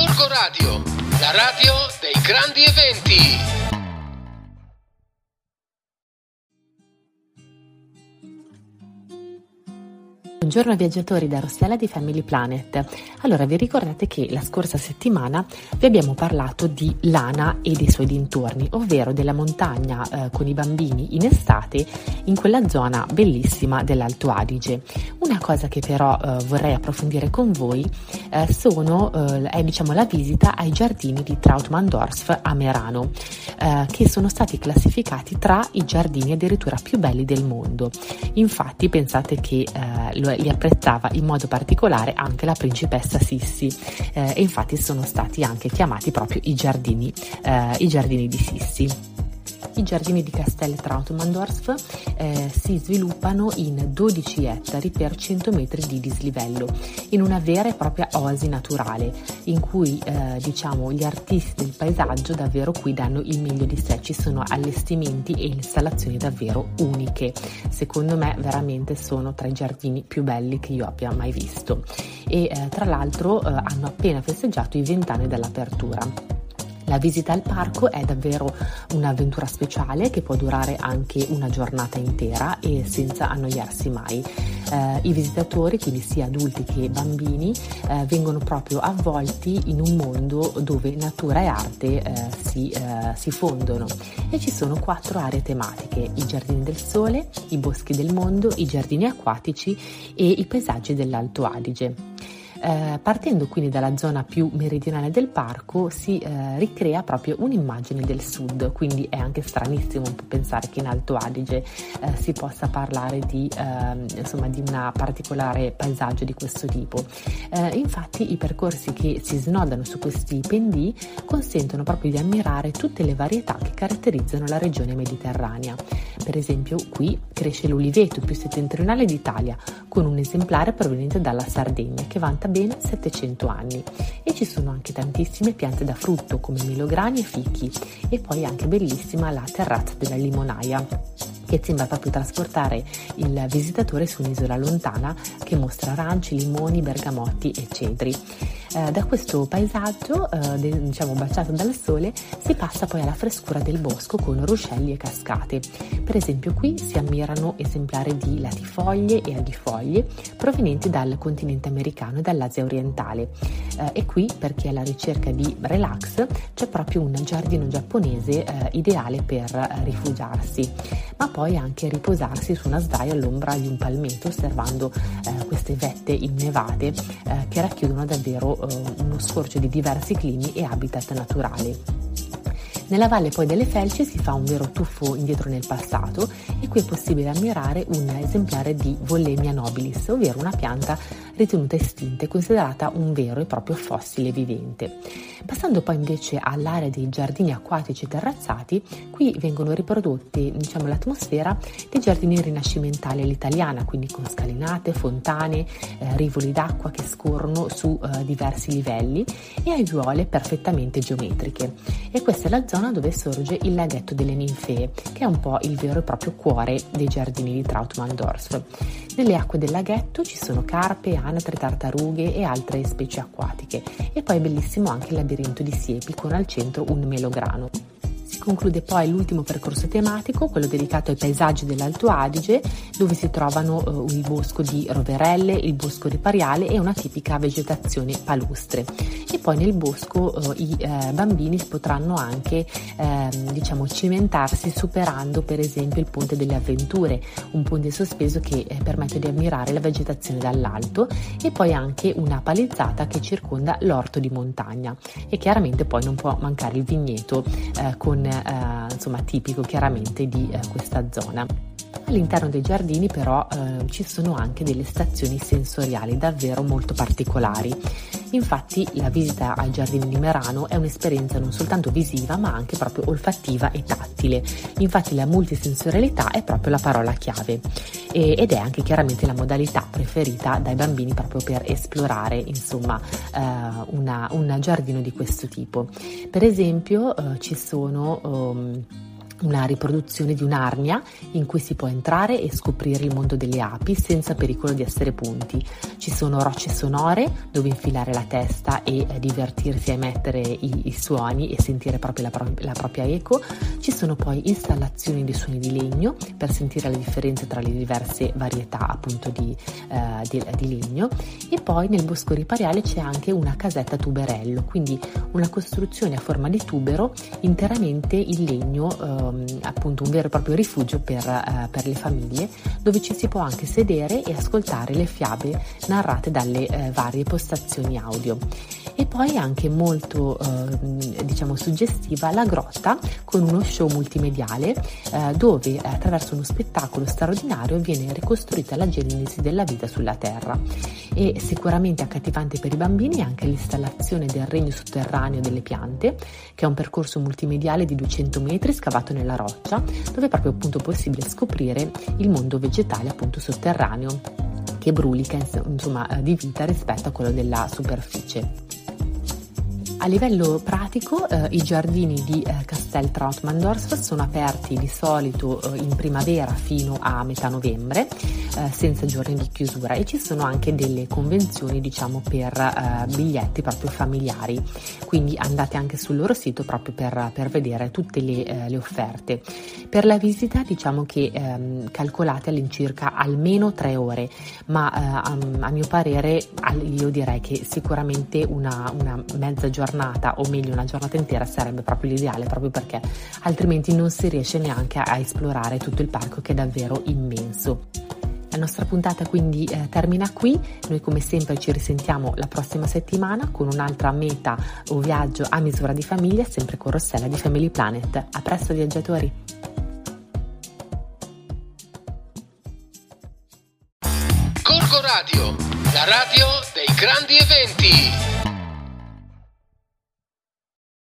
Gorgo Radio, la radio dei grandi eventi. Buongiorno viaggiatori da Rossella di Family Planet. Allora, vi ricordate che la scorsa settimana vi abbiamo parlato di Lana e dei suoi dintorni, ovvero della montagna con i bambini in estate in quella zona bellissima dell'Alto Adige. Una cosa che però vorrei approfondire con voi è la visita ai giardini di Trautmannsdorf a Merano, che sono stati classificati tra i giardini addirittura più belli del mondo. Infatti pensate che li apprezzava in modo particolare anche la principessa Sissi, e infatti sono stati anche chiamati proprio i giardini di Sissi. I giardini di Castel Trautmannsdorf si sviluppano in 12 ettari per 100 metri di dislivello, in una vera e propria oasi naturale, in cui gli artisti del paesaggio davvero qui danno il meglio di sé. Ci sono allestimenti e installazioni davvero uniche. Secondo me veramente sono tra i giardini più belli che io abbia mai visto. E tra l'altro hanno appena festeggiato i 20 anni dall'apertura. La visita al parco è davvero un'avventura speciale che può durare anche una giornata intera e senza annoiarsi mai. I visitatori, quindi sia adulti che bambini, vengono proprio avvolti in un mondo dove natura e arte si fondono, e ci sono 4 aree tematiche: i giardini del sole, i boschi del mondo, i giardini acquatici e i paesaggi dell'Alto Adige. Partendo quindi dalla zona più meridionale del parco si ricrea proprio un'immagine del sud, quindi è anche stranissimo un po' pensare che in Alto Adige si possa parlare di un particolare paesaggio di questo tipo. Infatti i percorsi che si snodano su questi pendii consentono proprio di ammirare tutte le varietà che caratterizzano la regione mediterranea. Per esempio qui cresce l'uliveto più settentrionale d'Italia, con un esemplare proveniente dalla Sardegna che vanta ben 700 anni, e ci sono anche tantissime piante da frutto come melograni e fichi, e poi anche bellissima la terrazza della limonaia, che sembra proprio trasportare il visitatore su un'isola lontana che mostra aranci, limoni, bergamotti e cedri. Da questo paesaggio, baciato dal sole, si passa poi alla frescura del bosco con ruscelli e cascate. Per esempio qui si ammirano esemplari di latifoglie e aghifoglie provenienti dal continente americano e dall'Asia orientale. E qui, per chi è alla ricerca di relax, c'è proprio un giardino giapponese ideale per rifugiarsi, ma poi anche riposarsi su una sdraio all'ombra di un palmeto, osservando queste vette innevate che racchiudono davvero uno scorcio di diversi climi e habitat naturali. Nella valle poi delle Felci si fa un vero tuffo indietro nel passato, e qui è possibile ammirare un esemplare di Wollemia nobilis, ovvero una pianta ritenuta estinta e considerata un vero e proprio fossile vivente. Passando poi invece all'area dei giardini acquatici terrazzati, qui vengono riprodotte l'atmosfera dei giardini rinascimentali all'italiana, quindi con scalinate, fontane, rivoli d'acqua che scorrono su diversi livelli e aiuole perfettamente geometriche. E questa è la zona dove sorge il laghetto delle ninfee, che è un po' il vero e proprio cuore dei giardini di Trautmannsdorf. Nelle acque del laghetto ci sono carpe, anatre, tartarughe e altre specie acquatiche, e poi è bellissimo anche il labirinto di siepi con al centro un melograno. Si conclude poi l'ultimo percorso tematico, quello dedicato ai paesaggi dell'Alto Adige, dove si trovano il bosco di roverelle, il bosco ripariale e una tipica vegetazione palustre. E poi nel bosco i bambini potranno anche cimentarsi superando per esempio il Ponte delle Avventure, un ponte sospeso che permette di ammirare la vegetazione dall'alto, e poi anche una palizzata che circonda l'orto di montagna, e chiaramente poi non può mancare il vigneto tipico chiaramente di questa zona. All'interno dei giardini però ci sono anche delle stazioni sensoriali davvero molto particolari. Infatti la visita ai giardini di Merano è un'esperienza non soltanto visiva ma anche proprio olfattiva e tattile. Infatti la multisensorialità è proprio la parola chiave, ed è anche chiaramente la modalità preferita dai bambini proprio per esplorare un giardino di questo tipo. Per esempio ci sono una riproduzione di un'arnia in cui si può entrare e scoprire il mondo delle api senza pericolo di essere punti. Ci sono rocce sonore dove infilare la testa e divertirsi a emettere i suoni e sentire proprio la propria eco. Ci sono poi installazioni di suoni di legno per sentire la differenza tra le diverse varietà appunto di legno. E poi nel bosco ripariale c'è anche una casetta tuberello, quindi una costruzione a forma di tubero interamente in legno, appunto un vero e proprio rifugio per le famiglie, dove ci si può anche sedere e ascoltare le fiabe narrate dalle varie postazioni audio. E poi anche molto suggestiva la grotta, con uno show multimediale dove attraverso uno spettacolo straordinario viene ricostruita la genesi della vita sulla Terra. E sicuramente accattivante per i bambini anche l'installazione del regno sotterraneo delle piante, che è un percorso multimediale di 200 metri scavato nella roccia, dove è proprio appunto possibile scoprire il mondo vegetale appunto sotterraneo, che brulica insomma di vita rispetto a quello della superficie. A livello pratico i giardini di Castel Trautmannsdorf sono aperti di solito in primavera fino a metà novembre, senza giorni di chiusura, e ci sono anche delle convenzioni per biglietti proprio familiari, quindi andate anche sul loro sito proprio per vedere tutte le offerte. Per la visita diciamo che calcolate all'incirca almeno 3 ore, ma a mio parere io direi che sicuramente una mezza giornata, o meglio una giornata intera, sarebbe proprio l'ideale, proprio perché altrimenti non si riesce neanche a esplorare tutto il parco, che è davvero immenso. La nostra puntata quindi termina qui. Noi come sempre ci risentiamo la prossima settimana con un'altra meta o viaggio a misura di famiglia, sempre con Rossella di Family Planet. A presto viaggiatori! Gorgo Radio, la radio dei grandi eventi.